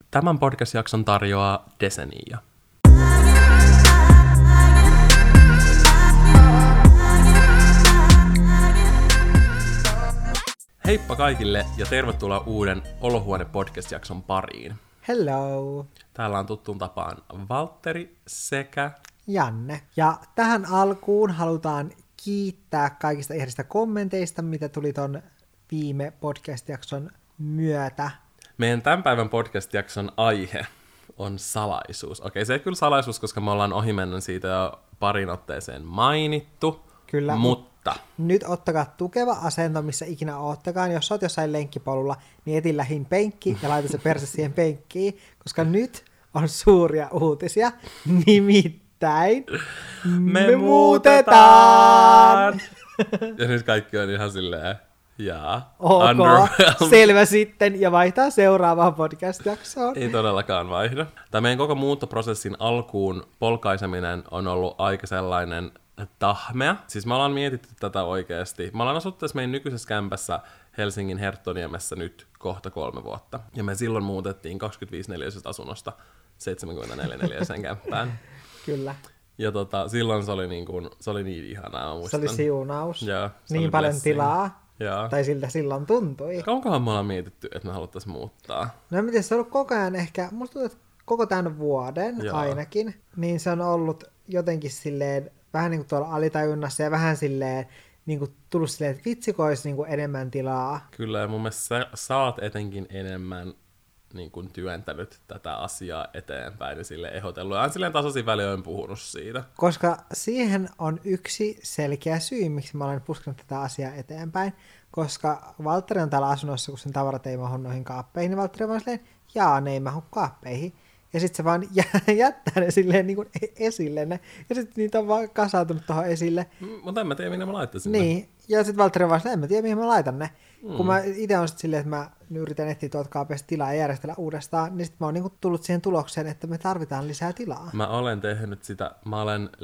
Tämän podcast-jakson tarjoaa Desenia. Heippa kaikille ja tervetuloa uuden Olohuone podcast-jakson pariin. Hello! Täällä on tuttuun tapaan Valtteri sekä Janne. Ja tähän alkuun halutaan kiittää kaikista ihanista kommenteista, mitä tuli ton viime podcast-jakson myötä. Meidän tämän päivän podcast-jakson aihe on salaisuus. Okei, se ei kyllä salaisuus, koska me ollaan ohimennen siitä jo parin otteeseen mainittu. Kyllä, mutta nyt ottakaa tukeva asento, missä ikinä oottakaan. Jos oot jossain lenkkipolulla, niin etin lähin penkki ja laita se perse siihen penkkiin, koska nyt on suuria uutisia. Nimittäin me muutetaan! Ja nyt kaikki on ihan silleen, ok, selvä sitten, ja vaihtaa seuraavaan podcast-jaksoon. Ei todellakaan vaihda. Tämä meidän koko muuttoprosessin alkuun polkaiseminen on ollut aika sellainen tahmea. Siis me ollaan mietitty tätä oikeasti. Me ollaan asuttu tässä meidän nykyisessä kämpässä Helsingin Herttoniemessä nyt kohta 3 vuotta. Ja me silloin muutettiin 25-neliöisestä asunnosta 74-neliöiseen kämppään. Kyllä. Ja silloin se oli niin ihanaa, muistan. Se oli siunaus. Ja, niin paljon blessing. Tilaa. Ja. Tai siltä silloin tuntui. Kauankohan me ollaan mietitty, että me haluttaisiin muuttaa? No en tiedä, se on ollut koko ajan ehkä, musta tuntuu, että koko tämän vuoden ainakin, niin se on ollut jotenkin silleen, vähän niin kuin tuolla alitajunnassa ja vähän silleen, niin kuin tullut silleen, että vitsiko olisi niin kuin enemmän tilaa. Kyllä, ja mun mielestä sä oot etenkin enemmän niin kuin työntänyt tätä asiaa eteenpäin ja silleen ehdotellut. Ja silleen tasaisin väliin puhunut siitä. Koska siihen on yksi selkeä syy, miksi mä olen puskenut tätä asiaa eteenpäin. Koska Valtteri on täällä asunnossa, kun sen tavarat ei mahu noihin kaappeihin, niin Valtteri on vaan silleen, ne ei mahu kaappeihin. Ja sitten se vaan jättää ne silleen niin kuin esille ne. Ja sitten niitä on vaan kasautunut tuohon esille. Mutta en mä tiedä, minne mä laittaisin niin. Ja sitten Valtteri on vaan silleen, en mä tiedä, mihin mä laitan ne. Kun mä itse on sitten silleen, että mä yritän etsiä tuolta kaapeista tilaa ja järjestellä uudestaan, niin sitten mä oon niinku tullut siihen tulokseen, että me tarvitaan lisää tilaa. Mä olen tehnyt sitä, mä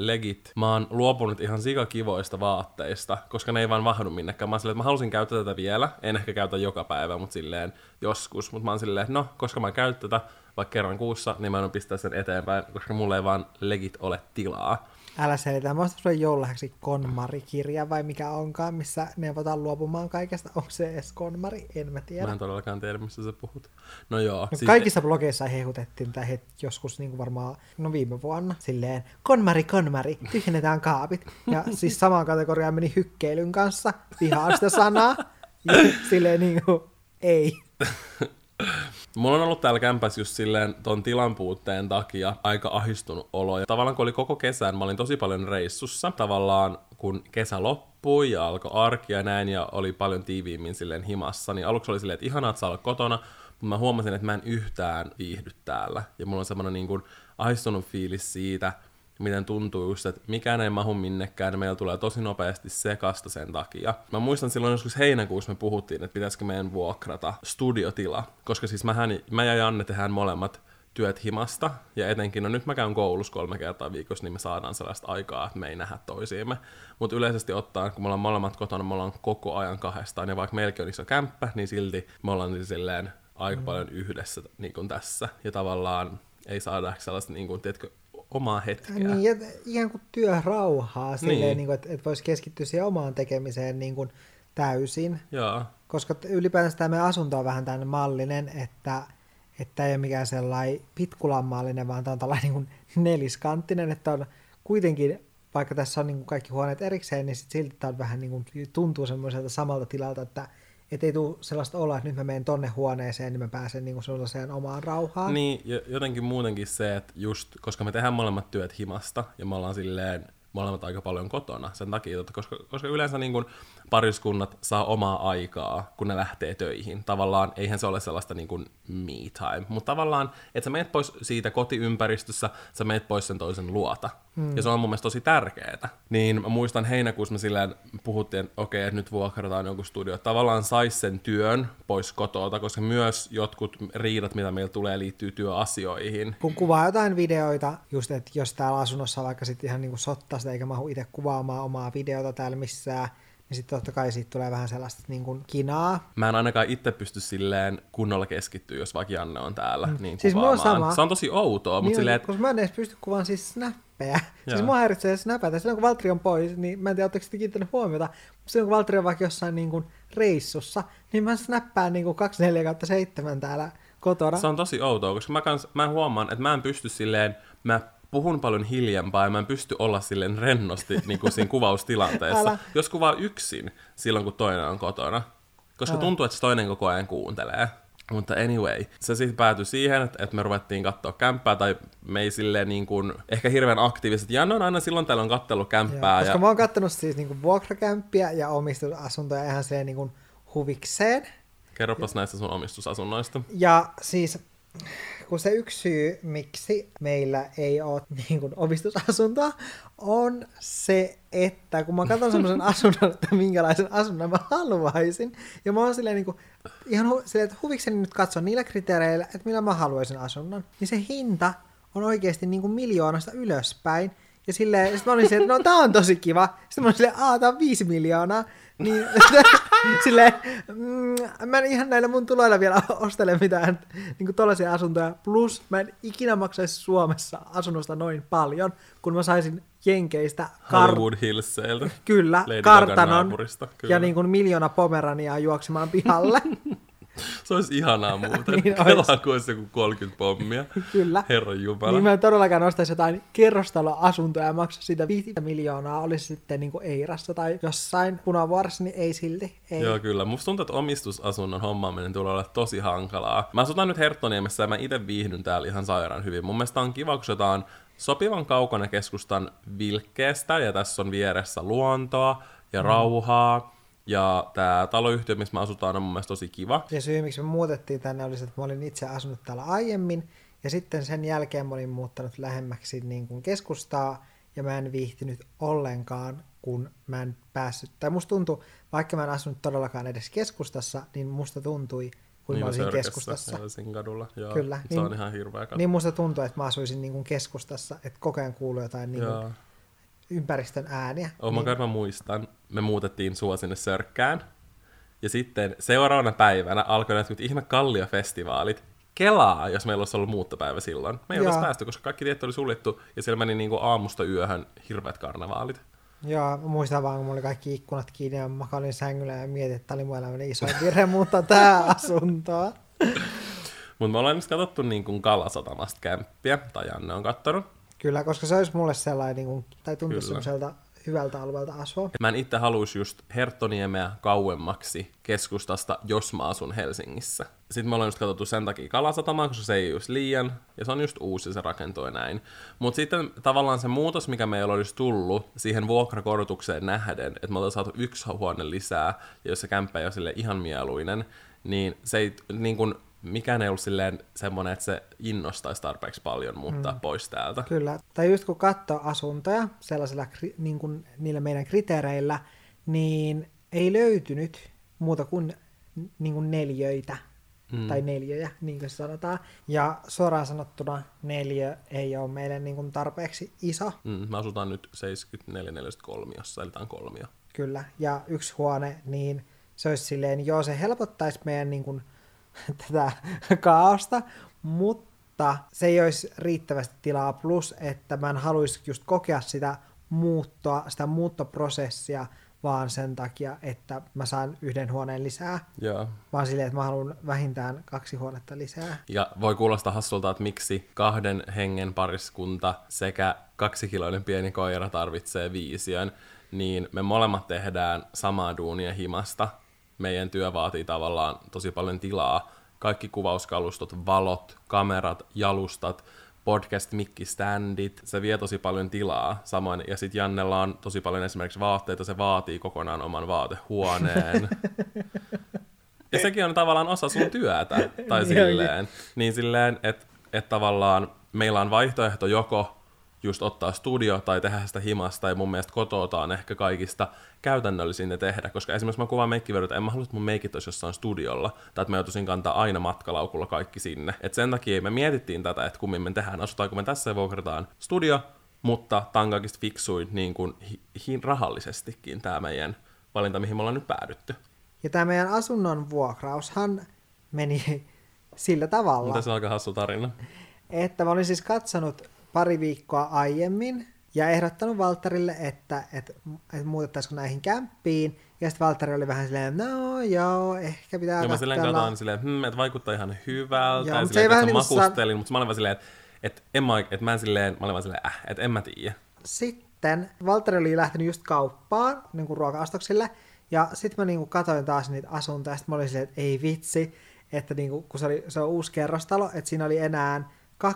oon luopunut ihan sikakivoista vaatteista, koska ne ei vaan mahdu minnekään. Mä oon silleen, että mä halusin käyttää tätä vielä, en ehkä käytä joka päivä, mutta silleen joskus. Mutta mä oon silleen, että koska mä käytän tätä vaikka kerran kuussa, niin mä en pistää sen eteenpäin, koska mulla ei vaan legit ole tilaa. Älä selitä. Mä ostin sulle joululahjaksi KonMari-kirja vai mikä onkaan, missä neuvotaan luopumaan kaikesta. Onko se edes KonMari? En mä tiedä. Mä en todellakaan tiedä, missä sä puhut. No joo. No, siis kaikissa blogeissa hehutettiin tai joskus niin kuin varmaan viime vuonna. Silleen, KonMari, tyhjennetään kaapit. Ja siis samaan kategoriaan meni hykkeilyn kanssa. Vihaan sitä sanaa. Ja silleen niin kuin, ei. Mulla on ollut täällä kämpässä just silleen ton tilan puutteen takia aika ahdistunut olo. Ja tavallaan kun oli koko kesän, mä olin tosi paljon reissussa. Tavallaan kun kesä loppui ja alkoi arki ja näin ja oli paljon tiiviimmin silleen himassa, niin aluksi oli silleen, että ihanaa, että saa olla kotona. Mutta mä huomasin, että mä en yhtään viihdy täällä. Ja mulla on semmoinen niin kuin ahdistunut fiilis siitä, miten tuntuu just, että mikään ei mahu minnekään, ja meillä tulee tosi nopeasti sekasta sen takia. Mä muistan silloin joskus heinäkuussa me puhuttiin, että pitäisikö meidän vuokrata studiotila, koska siis mä ja Janne tehdään molemmat työt himasta, ja etenkin, nyt mä käyn koulussa 3 kertaa viikossa, niin me saadaan sellaista aikaa, että me ei nähdä toisiimme. Mutta yleisesti ottaen, kun me ollaan molemmat kotona, me ollaan koko ajan kahdestaan, ja vaikka meilläkin on iso kämppä, niin silti me ollaan niin silleen aika paljon yhdessä niin kuin tässä, ja tavallaan ei saada sellaista, niin kuin, tiedätkö, omaa hetkeä. Niin, ihan kuin työrauhaa, silleen, niin kuin, että voisi keskittyä siihen omaan tekemiseen niin kuin täysin. Joo. Koska ylipäätään tämä meidän asunto on vähän tämmöinen mallinen, että ei ole mikään sellainen pitkulanmaallinen, vaan tämä on tällainen niin kuin neliskanttinen, että on kuitenkin, vaikka tässä on niin kuin kaikki huoneet erikseen, niin sit silti tämä on vähän niin kuin, tuntuu semmoiselta samalta tilalta, että ei tule sellaista olla, että nyt mä menen tonne huoneeseen, niin mä pääsen niinku sellaiseen omaan rauhaan. Niin, jotenkin muutenkin se, että just, koska me tehdään molemmat työt himasta, ja me ollaan silleen molemmat aika paljon kotona sen takia, koska yleensä niin kuin pariskunnat saa omaa aikaa, kun ne lähtee töihin. Tavallaan eihän se ole sellaista niin kuin me time, mutta tavallaan, että sä meet pois siitä kotiympäristössä, sä meet pois sen toisen luota. Ja se on mun mielestä tosi tärkeetä. Niin mä muistan heinäkuussa me silleen puhuttiin, että okei, että nyt vuokrataan joku studio. Tavallaan sais sen työn pois kotota, koska myös jotkut riidat, mitä meillä tulee, liittyy työasioihin. Kun kuvaa jotain videoita, just että jos täällä asunnossa vaikka sitten ihan niinku sottasta eikä mahu itse kuvaamaan omaa videota täällä missään, niin sitten totta kai siitä tulee vähän sellaista niin kuin kinaa. Mä en ainakaan itse pysty silleen kunnolla keskittyä, jos vaikka Janne on täällä niin Siis mulla on sama. Se on tosi outoa, mutta Niin, silleen, koska mä en edes pysty kuvaan siis snappeja. Siis Joo. mua häiritsee snapata. Silloin kun Valtteri on pois, niin mä en tiedä, ootteko te kiinnittänyt huomiota, mutta silloin kun Valtteri on vaikka jossain niin kuin reissussa, niin mä snappaan niin kuin 24/7 täällä kotona. se on tosi outoa, koska mä huomaan, että mä en pysty silleen, mä puhun paljon hiljempaa ja mä en pysty olla silleen rennosti niin kuin siinä kuvaustilanteessa. Älä. Jos kuvaa yksin silloin, kun toinen on kotona. Koska tuntuu, että se toinen koko ajan kuuntelee. Mutta anyway, se sitten päätyi siihen, että me ruvettiin katsoa kämppää, tai me ei silleen niin kuin, ehkä hirveän aktiivisesti. Janne on aina silloin tällöin kattellut kämppää. Koska mä oon kattonut siis niin kuin vuokrakämppiä ja omistusasuntoja ihan silleen niin kuin huvikseen. Kerropas näistä sun omistusasunnoista. Ja siis, kun se yksi syy, miksi meillä ei ole niin kuin omistusasuntoa, on se, että kun mä katson semmoisen asunnon, että minkälaisen asunnon mä haluaisin, ja mä oon silleen, niin kuin, ihan silleen, että huvikseni nyt katson niillä kriteereillä, että millä mä haluaisin asunnon, niin se hinta on oikeasti niin kuin 1 miljoonasta ylöspäin, ja silleen, sit mä olin silleen, että no tää on tosi kiva, sitten mä olin silleen, tää on 5 miljoonaa, niin silleen, mä en ihan näillä mun tuloilla vielä ostele mitään niin kuin tollaisia asuntoja, plus mä en ikinä maksaisi Suomessa asunnosta noin paljon, kun mä saisin Jenkeistä Hollywood Hillseiltä. Kyllä, Lady kartanon Gagan naapurista, kyllä. ja niin kuin 1 miljoona pomeraniaa juoksemaan pihalle. Se olisi ihanaa muuten. Niin Kelaa, kun olisi joku 30 pommia. Kyllä. Herran jumala. Niin mä en todellakaan ostaisi jotain kerrostaloasuntoja ja maksaisi siitä 5 miljoonaa, olisi sitten niin kuin Eirassa tai jossain Punavuoressa, niin ei silti. Ei. Joo, kyllä. Musta tuntuu, että omistusasunnon hommaaminen tulee olla tosi hankalaa. Mä asutan nyt Herttoniemessä ja mä itse viihdyn täällä ihan sairaan hyvin. Mun mielestä on kiva, kun otetaan sopivan kaukana keskustan Vilkkeestä ja tässä on vieressä luontoa ja rauhaa. Ja tää taloyhtiö, missä me asutaan, on mun mielestä tosi kiva. Ja syy, miksi me muutettiin tänne, oli se, että mä olin itse asunut täällä aiemmin, ja sitten sen jälkeen mä olin muuttanut lähemmäksi niin kuin keskustaa, ja mä en viihtynyt ollenkaan, kun mä en päässyt. Tai musta tuntui, vaikka mä en asunut todellakaan edes keskustassa, niin musta tuntui, kun mä olisin keskustassa. Helsingin kadulla. Joo, Kyllä. se on ihan hirveä katu. Niin musta tuntui, että mä asuisin niin kuin keskustassa, että koko ajan kuuluu jotain niin Joo. kuin ympäristön ääniä. Mä muistan, me muutettiin sua sinne Sörkkään, ja sitten seuraavana päivänä alkoi näitä ihme Kallio-festivaalit. Kelaa, jos meillä olisi ollut muuttopäivä silloin. Me ei olisi päästy, koska kaikki tiet oli suljettu, ja siellä meni niin kuin aamusta yöhön hirveät karnevaalit. Joo, mä muistan vaan, kun mulla oli kaikki ikkunat kiinni, ja mä makailin sängyllä ja mietin, että tää oli mun elämäni isoin virhe muuttaa tää asuntoa. Mutta me ollaan nyt katsottu niin kuin Kalasatamasta kämppiä, tai Janne on kattonut. Kyllä, koska se olisi mulle sellainen, niin kuin, tai tuntuisi semmoiselta hyvältä alueelta asua. Mä en itse haluaisi just Herttoniemeä kauemmaksi keskustasta, jos mä asun Helsingissä. Sitten me ollaan just katsottu sen takia Kalasatamaa, koska se ei just liian, ja se on just uusi, se rakentui näin. Mutta sitten tavallaan se muutos, mikä meillä olisi tullut siihen vuokrakorotukseen nähden, että me ollaan saatu 1 huone lisää, ja jos se kämppä ei ole sille ihan mieluinen, niin se ei niin kuin, mikään ei ollut silleen semmoinen, että se innostaisi tarpeeksi paljon muuttaa pois täältä. Kyllä. Tai just kun katsoo asuntoja sellaisilla niin kuin niillä meidän kriteereillä, niin ei löytynyt muuta kuin, niin kuin neliöitä. Tai neliöjä, niin kuin sanotaan. Ja suoraan sanottuna 4 ei ole meille niin kuin tarpeeksi iso. Me asutaan nyt 74-43, eli tämä on 3. Kyllä. Ja 1 huone, niin se olisi silleen, joo, se helpottaisi meidän niin kuin tätä kaaosta, mutta se ei olisi riittävästi tilaa, plus että mä en haluaisi just kokea sitä muuttoa, sitä muuttoprosessia, vaan sen takia, että mä saan 1 huoneen lisää, Joo. vaan silleen, että mä haluan vähintään 2 huonetta lisää. Ja voi kuulostaa hassulta, että miksi 2 hengen pariskunta sekä 2-kiloinen pieni koira tarvitsee 5, niin me molemmat tehdään samaa duunia himasta. Meidän työ vaatii tavallaan tosi paljon tilaa. Kaikki kuvauskalustot, valot, kamerat, jalustat, podcast-mikkiständit, se vie tosi paljon tilaa. Samoin, ja sitten Jannella on tosi paljon esimerkiksi vaatteita, se vaatii kokonaan oman vaatehuoneen. Ja sekin on tavallaan osa sun työtä, tai silleen. Niin silleen, että tavallaan meillä on vaihtoehto joko just ottaa studio tai tehdä sitä himasta, ja mun mielestä kotota on ehkä kaikista käytännöllisintä tehdä, koska esimerkiksi mä kuvaan meikkivyörytä, en mä halua, että mun meikit olisi jossain studiolla, tai että mä joutuisin kantaa aina matkalaukulla kaikki sinne. Et sen takia me mietittiin tätä, että kummin me tehdään, asutaanko me tässä ja vuokrataan studio, mutta tämä on kaikista fiksuin niin kuin rahallisestikin tämä meidän valinta, mihin me ollaan nyt päädytty. Ja tämä meidän asunnon vuokraushan meni sillä tavalla. Mutta se on aika hassu tarina. Että mä olin siis katsonut pari viikkoa aiemmin ja ehdottanut Valtterille, että muutettaisiko näihin kämppiin. Ja sitten Valtteri oli vähän silleen, no joo, ehkä pitää ja mä silleen katsoin silleen, että vaikuttaa ihan hyvältä. Joo, ja silleen, että makustelin, mutta mä olin vaan silleen, että mä olin vaan silleen, että en mä tiedä. Sitten Valtteri oli lähtenyt just kauppaan, niin kuin ruoka-ostoksille. Ja sitten mä niin kuin katsoin taas niitä asuntoja, ja sitten mä olin silleen, että ei vitsi, että niin kuin, kun se on uusi kerrostalo, että siinä oli enää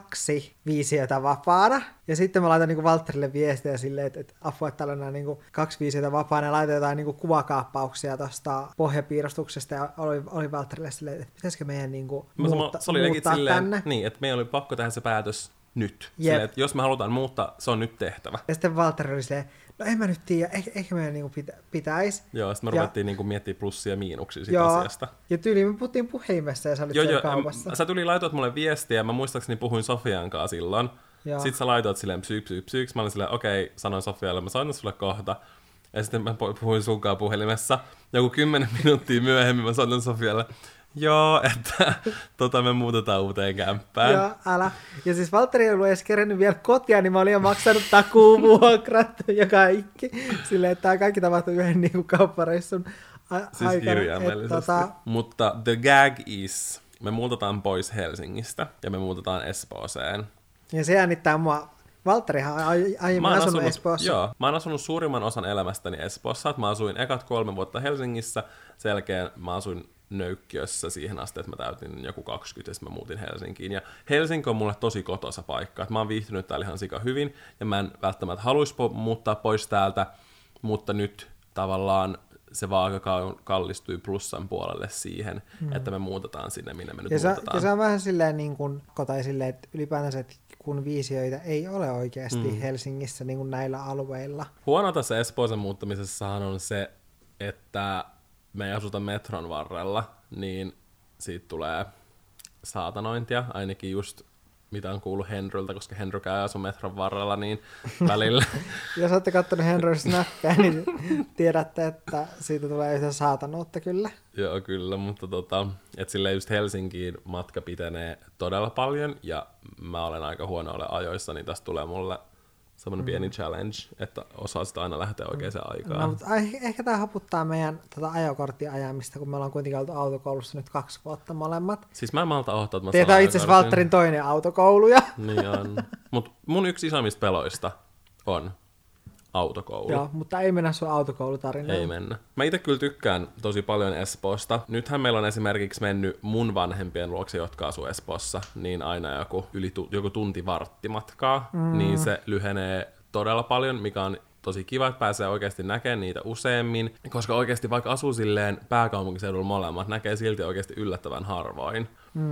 2 viisiötä vapaana. Ja sitten mä laitan niin kuin Valtterille viestiä silleen, että apua, että täällä on niin kuin 2 viisiötä vapaana, ja laitan jotain niin kuin kuvakaappauksia tuosta pohjapiirustuksesta, ja oli Valtterille silleen, että pitäisikö meidän niin kuin muuttaa tänne. Niin, että meidän oli pakko tehdä se päätös nyt. Silleen, että jos me halutaan muuttaa, se on nyt tehtävä. Ja sitten Valtteri oli silleen, no en mä nyt tiedä, ehkä meidän niinku pitäisi. Joo, sitten me ruvettiin niinku miettimään plussia ja miinuksia siitä asiasta. Ja tyyliin me puhuttiin puhelimessa ja sä olit siellä kaupassa. Sä laitoit mulle viestiä, mä muistaakseni puhuin Sofian kanssa silloin. Joo. Sitten sä laitoit silleen psyyks. Mä olin silleen, okei, sanoin Sofialle, mä soitan sulle kohta. Ja sitten mä puhuin sunkaan puhelimessa. Joku 10 minuuttia myöhemmin mä soitan Sofialle. Joo, että me muutetaan uuteen kämppään. Joo, älä. Ja siis Valtteri ei ollut edes kerennyt vielä kotia, niin mä olin jo maksanut takuuvuokrat ja kaikki. Silleen, että tämä kaikki tapahtui yhden niin kuin kauppareissun aikana. Siis kirjaimellisesti. Mutta the gag is, me muutetaan pois Helsingistä ja me muutetaan Espooseen. Ja se jännittää mua. Valtterihan on aiemmin asunut Espoossa. Joo, mä oon asunut suurimman osan elämästäni Espoossa. Mä asuin ekat 3 vuotta Helsingissä, sen jälkeen mä asuin Nöykkiössä siihen asti, että mä täytin joku 20 ja mä muutin Helsinkiin. Ja Helsinki on mulle tosi kotoisa paikka. Mä oon viihtynyt täällä ihan sika hyvin ja mä en välttämättä haluaisi muuttaa pois täältä, mutta nyt tavallaan se vaaka kallistui plussan puolelle siihen, että me muutetaan sinne, minne me nyt muutetaan. Ja se on vähän silleen niin kuin silleen, että ylipäätänsä, että kun viisiöitä ei ole oikeasti Helsingissä niin kuin näillä alueilla. Huono tässä Espoosen muuttamisessahan on se, että me ei asuta metron varrella, niin siitä tulee saatanointia, ainakin just mitä on kuullut Henryltä, koska Henry käy asu metron varrella, niin välillä. Jos olette kattonut Henryn snappia, niin tiedätte, että siitä tulee yhtä saatanuutta kyllä. Joo, kyllä, mutta että silleen just Helsinkiin matka pitenee todella paljon, ja mä olen aika huono ole ajoissa, niin tästä tulee mulle semmoinen pieni challenge, että osaa sitä aina lähteä oikeaan aikaan. No, mutta ehkä tämä haputtaa meidän ajokorttia ajamista, kun me ollaan kuitenkin oltu autokoulussa nyt 2 vuotta molemmat. Siis mä en malta ohtaa, että mä Tämä on itse asiassa Valtterin toinen autokouluja. Niin on. Mutta mun yksi isommista peloista on autokoulu. Joo, mutta ei mennä sun autokoulutarinaan. Ei mennä. Mä itse kyllä tykkään tosi paljon Espoosta. Nythän meillä on esimerkiksi mennyt mun vanhempien luokse, jotka asuu Espoossa, niin aina joku tunti varttimatkaa, niin se lyhenee todella paljon, mikä on tosi kiva, että pääsee oikeasti näkemään niitä useammin, koska oikeasti vaikka asuu silleen pääkaupunkiseudulla molemmat, näkee silti oikeasti yllättävän harvoin.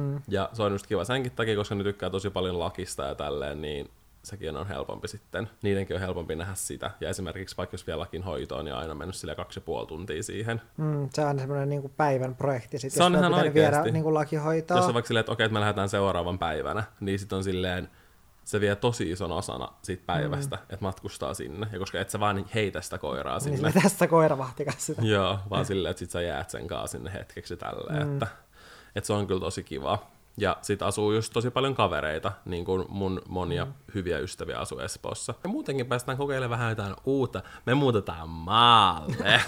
Ja se on just kiva senkin takia, koska ne tykkää tosi paljon lakista ja tälleen, niin sekin on helpompi sitten. Niidenkin on helpompi nähdä sitä. Ja esimerkiksi vaikka jos vielä lakin hoitoon, niin aina mennyt sille 2,5 tuntia siihen. Se on semmoinen niin kuin päivän projekti sit, se on ihan oikeasti. Viedä niin kuin lakihoitoon. Jos on vaikka silleen, että okei, että me lähdetään seuraavan päivänä, niin sitten on silleen, se vie tosi ison osana siitä päivästä, että matkustaa sinne. Ja koska et sä vaan heitä sitä koiraa sinne. Niin tästä koiravahtikas sitä. Joo, vaan silleen, että sit sä jäät sen kanssa sinne hetkeksi tälleen, että se on kyllä tosi kiva. Ja sit asuu just tosi paljon kavereita, niin kuin mun monia hyviä ystäviä asuu Espoossa. Ja muutenkin päästään kokeilemaan vähän jotain uutta. Me muutetaan maalle.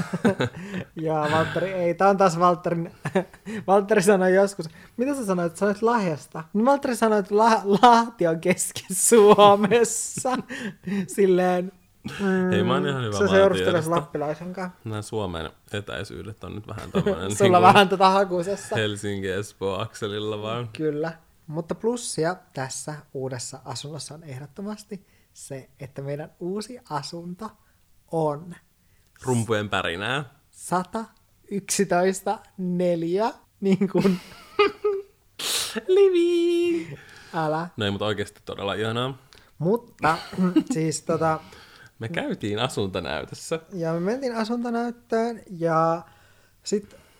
Joo, Valtteri ei. Tää on taas Valtterin. Valtteri sanoi joskus, mitä sä sanoit, että sä olet Lahdesta? Niin Valtteri sanoi, että Lahti on Keski-Suomessa. Silleen. Ei, mä oon ihan hyvä se seurusteles lappilaisen kanssa. Nämä Suomen etäisyydet on nyt vähän tämmönen Sulla niin vähän hakusessa. Helsinki-Espoo-akselilla vaan. Kyllä. Mutta plussia tässä uudessa asunnossa on ehdottomasti se, että meidän uusi asunto on rumpujen pärinää. 111 4, niin kuin living. Älä. No ei, mutta oikeasti todella ihanaa. Mutta siis me käytiin asuntonäytössä. Ja me mentiin asuntonäyttöön ja sit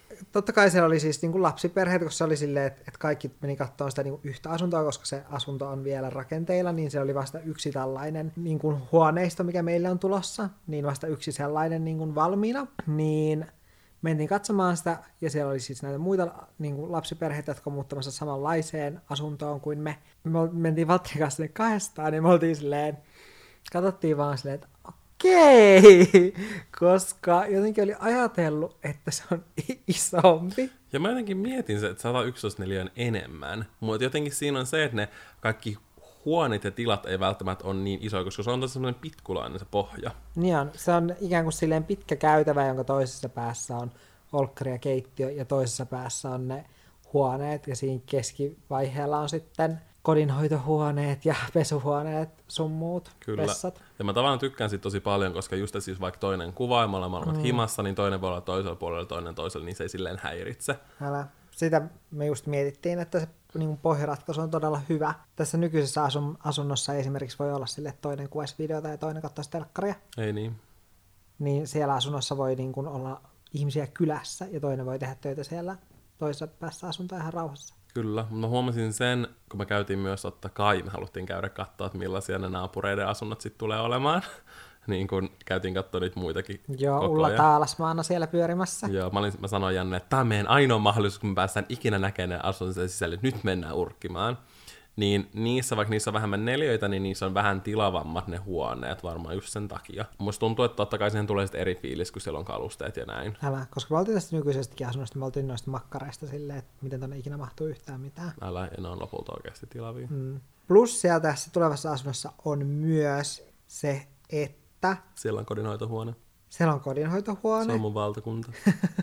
totta kai siellä oli siis niin kuin lapsiperheet, koska se oli silleen, että kaikki meni katsomaan sitä niin kuin yhtä asuntoa, koska se asunto on vielä rakenteilla, niin se oli vasta yksi tällainen niin kuin huoneisto, mikä meille on tulossa, niin vasta yksi sellainen niin kuin valmiina, niin mentiin katsomaan sitä, ja siellä oli siis näitä muita niin kuin lapsiperheitä, jotka on muuttamassa samanlaiseen asuntoon kuin me. Me mentiin Valtterin kanssa sinne kahdestaan, niin me oltiin silleen, katsottiin vaan silleen, että okei, koska jotenkin oli ajatellut, että se on isompi. Ja mä jotenkin mietin se, että 111 neliön enemmän, mutta jotenkin siinä on se, että ne kaikki huoneet ja tilat ei välttämättä ole niin isoja, koska se on tosi semmoinen pitkulainen se pohja. Niin on. Se on ikään kuin silleen pitkä käytävä, jonka toisessa päässä on olkkari ja keittiö, ja toisessa päässä on ne huoneet, ja siinä keskivaiheella on sitten kodinhoitohuoneet ja pesuhuoneet, sun muut vessat. Ja mä tavallaan tykkään siitä tosi paljon, koska just siis vaikka toinen kuvaa ja me ollaan molemmat himassa, niin toinen voi olla toisella puolella, toinen toisella, niin se ei silleen häiritse. Sitä me just mietittiin, että se niin pohjaratkaisu on todella hyvä. Tässä nykyisessä asunnossa esimerkiksi voi olla sille, että toinen kuvaisi videota ja toinen katsoisi telkkaria. Ei niin. Niin siellä asunnossa voi niin kuin olla ihmisiä kylässä ja toinen voi tehdä töitä siellä toisessa päässä asuntoa ihan rauhassa. Kyllä, mutta mä huomasin sen, kun me käytiin myös totta kai, me haluttiin käydä katsoa, että millaisia ne naapureiden asunnot sitten tulee olemaan. Niin kun käytiin katsoa niitä muitakin Joo, koko Ulla ajan. Taalasmaana siellä pyörimässä. Joo, mä sanoin Janne, että tämä on meidän ainoa mahdollisuus, kun me päästään ikinä näkemään ne asunnon sisälle, että nyt mennään urkkimaan. Niin niissä, vaikka niissä on vähemmän neliöitä, niin niissä on vähän tilavammat ne huoneet, varmaan just sen takia. Musta tuntuu, että totta kai siihen tulee sitten eri fiilis, kun siellä on kalusteet ja näin. Koska me oltiin tästä nykyisestäkin asunnosta, me oltiin noista makkareista silleen, että miten tonne ikinä mahtuu yhtään mitään. Ja ne on lopulta oikeasti tilavia. Plus siellä tässä tulevassa asunnossa on myös se, että siellä on kodinhoitohuone. Siellä on kodinhoitohuone. Se on mun valtakunta.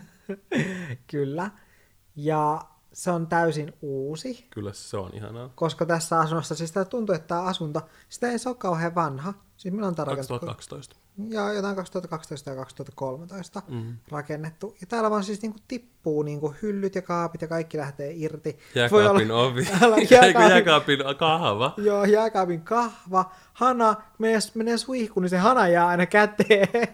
Kyllä. Ja se on täysin uusi. Kyllä se on ihanaa. Koska tässä asunnossa, siis tuntuu, että tämä asunto, sitä ei se ole kauhean vanha. Siis meillä on 2012. Ja jotain 2012 ja 2013 rakennettu. Ja täällä vaan siis niinku tippuu niinku hyllyt ja kaapit ja kaikki lähtee irti. Jääkaapin ovi. Jääkaapin kahva. Joo, jääkaapin kahva. Hana, menee suihkuun, niin se hana jää aina käteen.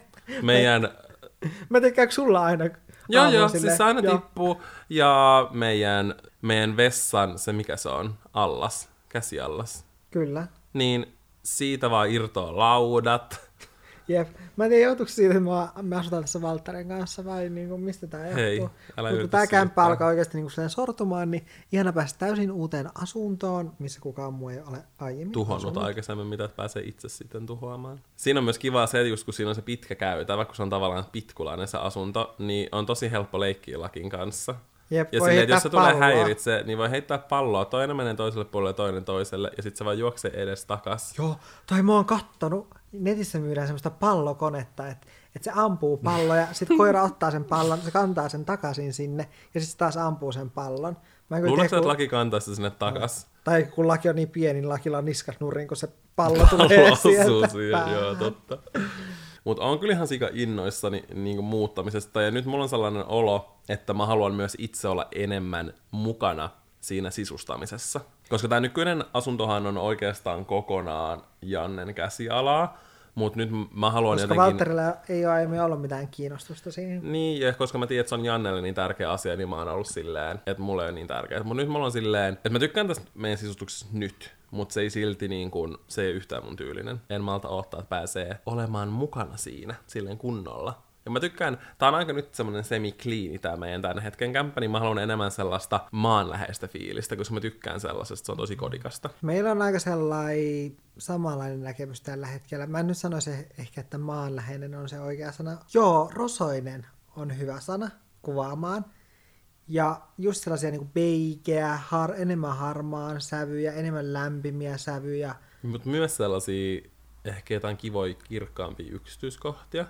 Mä tykkään, sulla aina. Joo, siis se aina tippuu. Ja meidän vessan, se mikä se on, allas, käsiallas. Kyllä. Niin siitä vaan irtoaa laudat. Jep. Mä en tiedä, joutuuko siitä, että me asutaan tässä Valtteren kanssa vai niin kuin, mistä tää johtuu. Hei, älä mutta kun tää kämppä alkaa oikeasti niin kuin sortumaan, niin ihana päästä täysin uuteen asuntoon, missä kukaan muu ei ole aiemmin tuhonnut asunut. Aikaisemmin, mitä pääsee itse sitten tuhoamaan. Siinä on myös kiva se, just kun siinä on se pitkä käytävä, kun se on tavallaan pitkulainen se asunto, niin on tosi helppo leikkiä lakin kanssa. Jep, ja silleen, että jos se tulee häiritse, niin voi heittää palloa. Toinen menee toiselle puolelle ja toinen toiselle, ja sitten se vaan juoksee edes takas. Joo, tai mä oon kattonut, netissä myydään semmoista pallokonetta, että se ampuu palloja, sitten koira ottaa sen pallon, se kantaa sen takaisin sinne, ja sitten taas ampuu sen pallon. Luuletko, että laki kantaa sitä sinne takas? Tai kun laki on niin pieni, niin lakilla on niskas nurin, kun se pallo tulee sieltä. Joo, totta. Mutta on kyllä ihan sika innoissani niin muuttamisesta, ja nyt mulla on sellainen olo, että mä haluan myös itse olla enemmän mukana siinä sisustamisessa. Koska tämä nykyinen asuntohan on oikeastaan kokonaan Jannen käsialaa, mutta nyt mä haluan koska jotenkin... Koska Valtterilla ei ole aiemmin ollut mitään kiinnostusta siihen. Niin, ja koska mä tiedän, että se on Jannelle niin tärkeä asia, niin mä oon ollut silleen, että mulle ei ole niin tärkeä. Mutta nyt mulla on silleen, että mä tykkään tästä meidän sisustuksesta nyt, mutta se ei silti niin kuin, se ei yhtään mun tyylinen. En malta odottaa, että pääsee olemaan mukana siinä, silleen kunnolla. Ja mä tykkään, tää on aika nyt semmonen semi-cleani tää meidän tämän hetken kämppä, niin mä haluan enemmän sellaista maanläheistä fiilistä, koska mä tykkään sellaisesta, se on tosi kodikasta. Meillä on aika sellainen samanlainen näkemys tällä hetkellä. Mä en nyt sanoisi ehkä, että maanläheinen on se oikea sana. Joo, rosoinen on hyvä sana kuvaamaan. Ja just sellaisia niin kuin beikeä, enemmän harmaan sävyjä, enemmän lämpimiä sävyjä. Mutta myös sellaisia ehkä jotain kivoja kirkkaampia yksityiskohtia.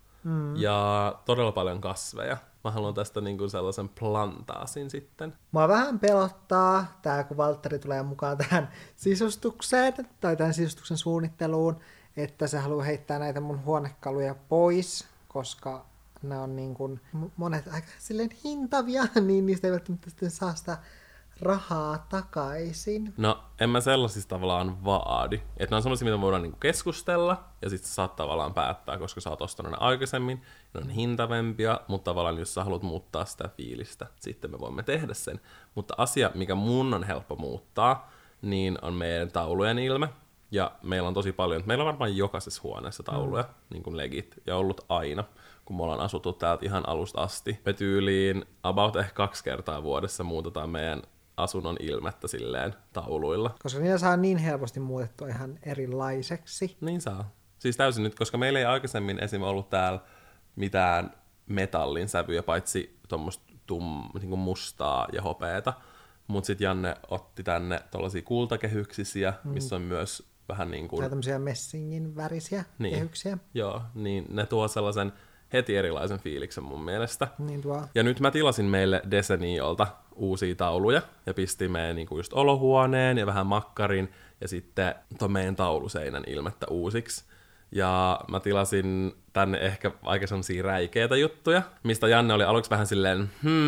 Ja todella paljon kasveja. Mä haluan tästä niinku sellaisen plantaasin sitten. Mua vähän pelottaa tää, kun Valtteri tulee mukaan tähän sisustukseen, tai tämän sisustuksen suunnitteluun, että se haluaa heittää näitä mun huonekaluja pois, koska ne on niin kuin monet aika silleen hintavia, niin niistä ei välttämättä sitten saa sitä rahaa takaisin. No, en mä sellaisista tavallaan vaadi. Että ne on sellaisia, mitä me voidaan niinku keskustella, ja sit sä saat tavallaan päättää, koska sä oot ostanut ne aikaisemmin, ne on hintavempia, mutta tavallaan jos sä haluat muuttaa sitä fiilistä, sitten me voimme tehdä sen. Mutta asia, mikä mun on helppo muuttaa, niin on meidän taulujen ilme. Ja meillä on tosi paljon, meillä on varmaan jokaisessa huoneessa tauluja, niin kuin legit, ja ollut aina, kun me ollaan asuttu täältä ihan alusta asti. Me tyyliin about ehkä 2 kertaa vuodessa muutetaan meidän asunnon ilmettä silleen tauluilla. Koska niillä saa niin helposti muutettua ihan erilaiseksi. Niin saa. Siis täysin nyt, koska meillä ei aikaisemmin esim. Ollut täällä mitään metallin sävyjä, paitsi tuommoista niin mustaa ja hopeeta. Mut sit Janne otti tänne tollasia kultakehyksisiä, missä on myös vähän niin kuin... Tai tämmöisiä messingin värisiä kehyksiä. Joo, niin ne tuo sellaisen heti erilaisen fiiliksen mun mielestä. Niin tuo. Ja nyt mä tilasin meille Deseniolta uusia tauluja ja pistin meidän niinku just olohuoneen ja vähän makkarin ja sitten ton meidän tauluseinän ilmettä uusiksi. Ja mä tilasin tänne ehkä aika sellaisia räikeitä juttuja, mistä Janne oli aluksi vähän silleen,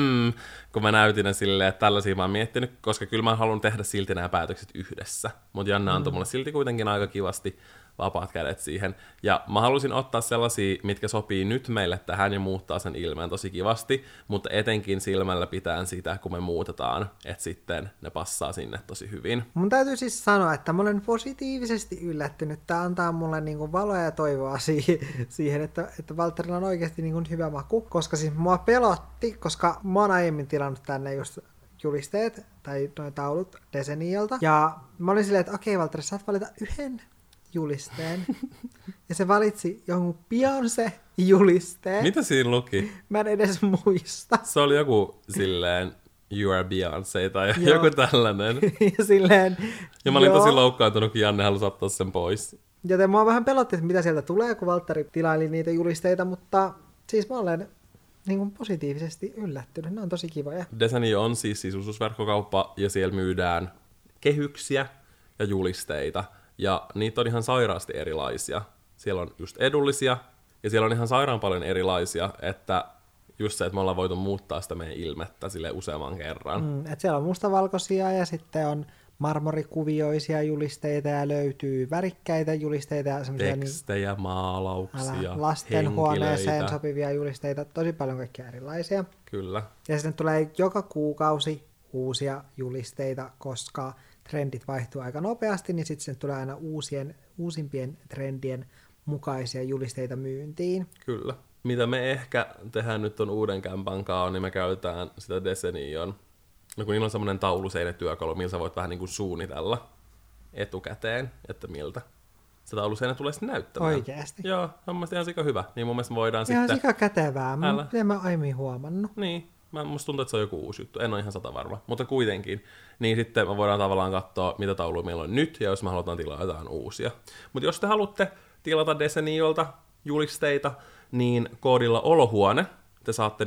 kun mä näytin ne silleen, että tällaisia mä oon miettinyt, koska kyllä mä haluan tehdä silti nämä päätökset yhdessä. Mutta Janne antoi mulle silti kuitenkin aika kivasti vapaat kädet siihen. Ja mä halusin ottaa sellaisia, mitkä sopii nyt meille tähän ja muuttaa sen ilmeen tosi kivasti, mutta etenkin silmällä pitää sitä, kun me muutetaan, että sitten ne passaa sinne tosi hyvin. Mun täytyy siis sanoa, että mä olen positiivisesti yllättynyt. Tää antaa mulle niinku valoa ja toivoa siihen, että Valtterilla on oikeasti niinku hyvä maku, koska siis mua pelotti, koska mä oon aiemmin tilannut tänne just julisteet tai noin taulut Deseniolta. Ja mä olin silleen, että okei Valtteri, saat valita yhden julisteen. Ja se valitsi jonkun Beyoncé-julisteen. Mitä siinä luki? Mä en edes muista. Se oli joku silleen You are Beyoncé tai joku tällainen. Ja silleen, ja mä olin tosi loukkaantunut, kun Janne halusi ottaa sen pois. Joten mua vähän pelotti, että mitä sieltä tulee, kun Valtteri tilaili niitä julisteita, mutta siis mä olen niin kuin positiivisesti yllättynyt. Ne on tosi kivoja. Desenio on siis sisususverkkokauppa ja siellä myydään kehyksiä ja julisteita. Ja niitä on ihan sairaasti erilaisia. Siellä on just edullisia ja siellä on ihan sairaan paljon erilaisia, että just se, että me ollaan voitu muuttaa sitä meidän ilmettä sille useamman kerran. Et siellä on mustavalkoisia ja sitten on marmorikuvioisia julisteita ja löytyy värikkäitä julisteita ja semmoisia tekstejä, maalauksia, lastenhuoneeseen sopivia julisteita, tosi paljon kaikkia erilaisia. Kyllä. Ja sitten tulee joka kuukausi uusia julisteita, koska trendit vaihtuu aika nopeasti, niin sitten tulee aina uusimpien trendien mukaisia julisteita myyntiin. Kyllä. Mitä me ehkä tehdään nyt ton uuden kämpän kanssa, niin me käytetään sitä Desenion. No kun niillä on semmoinen tauluseinätyökalu, millä sä voit vähän niin kuin suunnitella etukäteen, että miltä se tauluseinä tulee sitten näyttämään. Oikeasti? Joo, on mielestäni ihan sika hyvä. Niin mun mielestä me voidaan ihan sitten... sika kätevää, en mä aiemmin huomannut. Niin, musta tuntuu, että se on joku uusi juttu. En ole ihan 100 varma, mutta kuitenkin. Niin sitten me voidaan tavallaan katsoa, mitä tauluja meillä on nyt, ja jos me halutaan tilata jotain uusia. Mutta jos te haluatte tilata Deseniolta julisteita, niin koodilla olohuone te saatte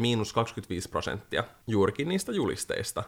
-25% juurikin niistä julisteista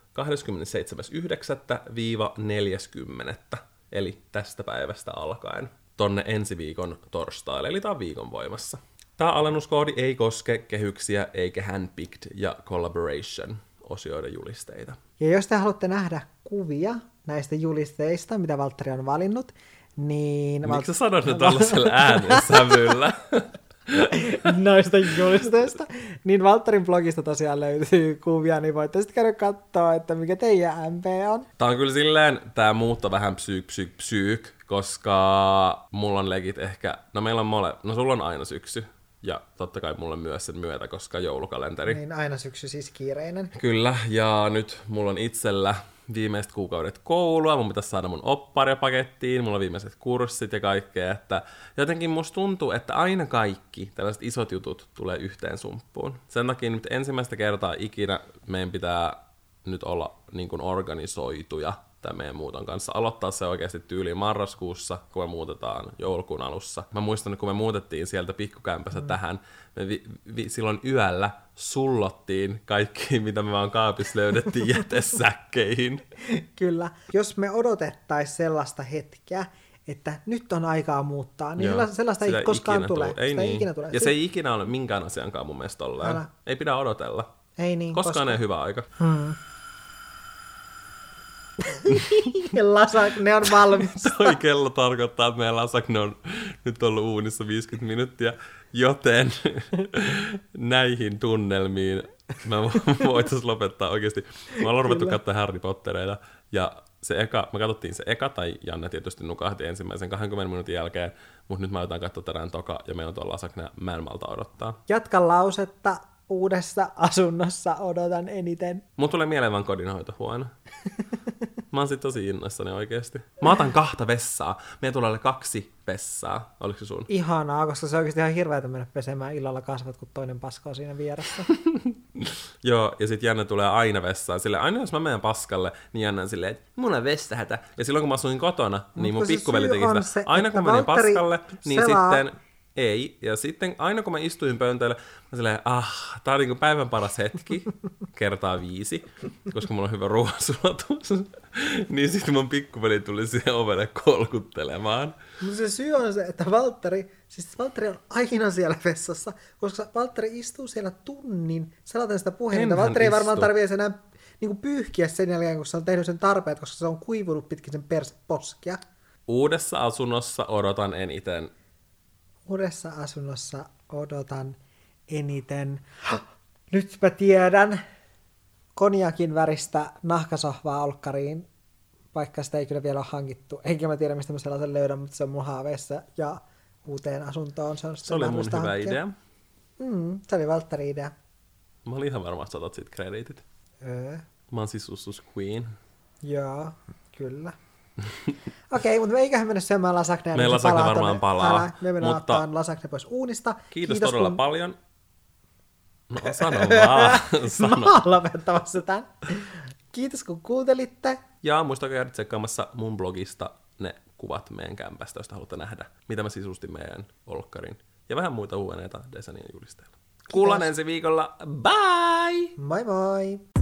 27.9.–40. eli tästä päivästä alkaen tonne ensi viikon torstaille, eli tää on viikon voimassa. Tää alennuskoodi ei koske kehyksiä eikä handpicked ja collaboration osioiden julisteita. Ja jos te haluatte nähdä kuvia näistä julisteista, mitä Valtteri on valinnut, niin... Miksi sä sanot ne tällaisella äänensävyllä? Noista julisteista, niin Valtterin blogista tosiaan löytyy kuvia, niin voitte sitten käydä katsoa, että mikä teidän MP on. Tää on kyllä silleen, tää muutto vähän psyyk, koska mulla on legit ehkä, no meillä on no sulla on aina syksy, ja totta kai mulla on myös sen myötä, koska joulukalenteri. Niin aina syksy siis kiireinen. Kyllä, ja nyt mulla on itsellä viimeiset kuukaudet koulua, mun pitäisi saada mun opparia pakettiin, mulla on viimeiset kurssit ja kaikkea, että jotenkin musta tuntuu, että aina kaikki tällaiset isot jutut tulee yhteen sumppuun. Sen takia nyt ensimmäistä kertaa ikinä meidän pitää nyt olla niin kuin organisoituja tämän meidän muuton kanssa. Aloittaa se oikeasti tyyliin marraskuussa, kun me muutetaan joulukuun alussa. Mä muistan, kun me muutettiin sieltä pikkukämpästä tähän, me silloin yöllä sullottiin kaikki, mitä me vaan kaapissa löydettiin jätesäkkeihin. Kyllä. Jos me odotettaisiin sellaista hetkeä, että nyt on aikaa muuttaa, niin joo, sellaista ei koskaan tule. Ei niin. Ikinä tule. Ja se ei ikinä ole minkään asiankaan mun mielestä olleen. Ei pidä odotella. Ei niin, koskaan ei hyvä aika. Lasagne on valmis. Toi kello tarkoittaa, että meidän lasagne on nyt ollut uunissa 50 minuuttia, joten näihin tunnelmiin mä voitais lopettaa oikeesti. Mä ollaan ruvettu katsoa Harry Pottereita, ja me katsottiin se eka, tai Janne tietysti nukahti ensimmäisen 20 minuutin jälkeen, mutta nyt mä aletaan katsoa tänään toka, ja meillä on tuolla lasagne, mä en malta odottaa. Jatka lausetta. Uudessa asunnossa odotan eniten. Mun tulee mieleen vaan kodinhoitohuone. Mä oon sit tosi innoissani oikeesti. Mä otan 2 vessaa. Meillä tulee olla 2 vessaa. Oliko se sun? Ihanaa, koska se on oikeasti ihan hirveätä mennä pesemään illalla kasvat, kun toinen paskoo siinä vieressä. Joo, ja sit Janne tulee aina vessaan. Sille aina jos mä menen paskalle, niin Janne on silleen, että mulla on vessahätä. Ja silloin kun mä asuin kotona, niin mun pikkuveli teki sitä. Se, aina kun mä menen paskalle, niin selaa... sitten ei. Ja sitten aina kun mä istuin pöntöille, mä silleen, tää on niinku päivän paras hetki, kertaa 5, koska mulla on hyvä ruoansulatus. Niin sitten mun pikkuveli tuli siihen ovelle kolkuttelemaan. Mutta se syy on se, että Valtteri on aina siellä vessassa, koska Valtteri istuu siellä tunnin selaten sitä puhelinta. Valtteri ei varmaan tarvitse enää niinku pyyhkiä sen jälkeen, kun se on tehnyt sen tarpeet, koska se on kuivunut pitkin sen perseposkia. Uudessa asunnossa odotan eniten. Uudessa asunnossa odotan eniten. Nyt mä tiedän. Konjakin väristä nahkasohvaa olkkariin, vaikka sitä ei kyllä vielä ole hankittu. Enkä mä tiedä, mistä mä sellaisen löydän, mutta se on mun haaveissa. Ja uuteen asuntoon se oli mun hyvä idea. Se oli Valtterin idea. Mä olin ihan varma, että sä otat siitä krediitit. Mä oon sisustus queen. Joo, kyllä. Okei, mutta me eiköhän mennä syömään lasagnea. Meidän lasagne varmaan palaa. Me mennään ottaa lasagne pois uunista. Kiitos todella paljon. No sano vaan. Mä oon lopettamassa tän. Kiitos kun kuuntelitte. Ja muistakaa käydä tsekkaamassa mun blogista ne kuvat meidän kämpästä, jos haluatte nähdä, mitä mä sisustin meidän olkkarin. Ja vähän muita huoneita Desanien julisteilla. Kuullaan ensi viikolla. Bye! Moi moi!